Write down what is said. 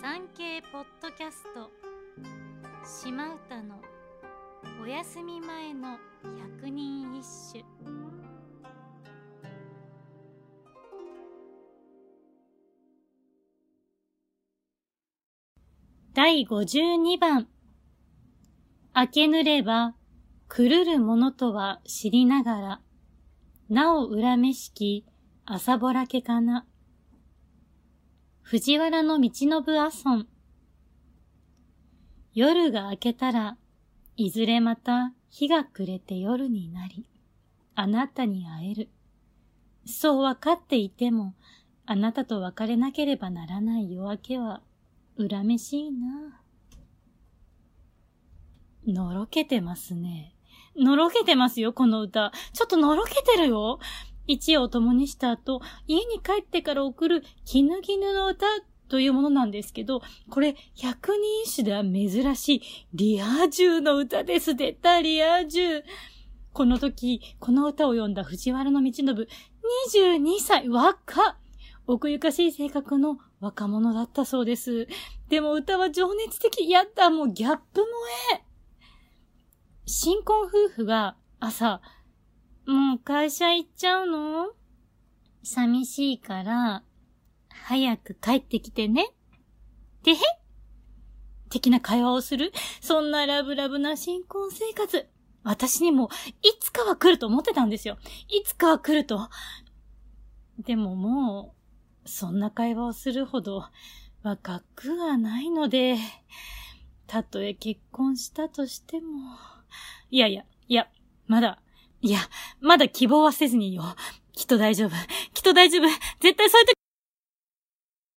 産経ポッドキャスト島唄のお休み前の百人一首。第52番。明けぬれば来るるものとは知りながら、なお恨めしき朝ぼらけかな。藤原道信阿尊。夜が明けたら、いずれまた日が暮れて夜になり、あなたに会える。そうわかっていても、あなたと別れなければならない夜明けは、恨めしいな。のろけてますね。のろけてますよ、この歌。ちょっとのろけてるよ。一夜を共にした後、家に帰ってから送る絹絹の歌というものなんですけど、これ百人一首では珍しいリア充の歌です。出たリア充。この時、この歌を読んだ藤原道信、22歳、若っ。奥ゆかしい性格の若者だったそうです。でも歌は情熱的。やった、もうギャップ萌え。新婚夫婦が朝、もう会社行っちゃうの？寂しいから、早く帰ってきてね。てへ的な会話をする。そんなラブラブな新婚生活。私にも、いつかは来ると思ってたんですよ。いつかは来ると。でももう、そんな会話をするほど若くはないので、たとえ結婚したとしても、まだ希望はせずにいよう。きっと大丈夫。絶対そういう時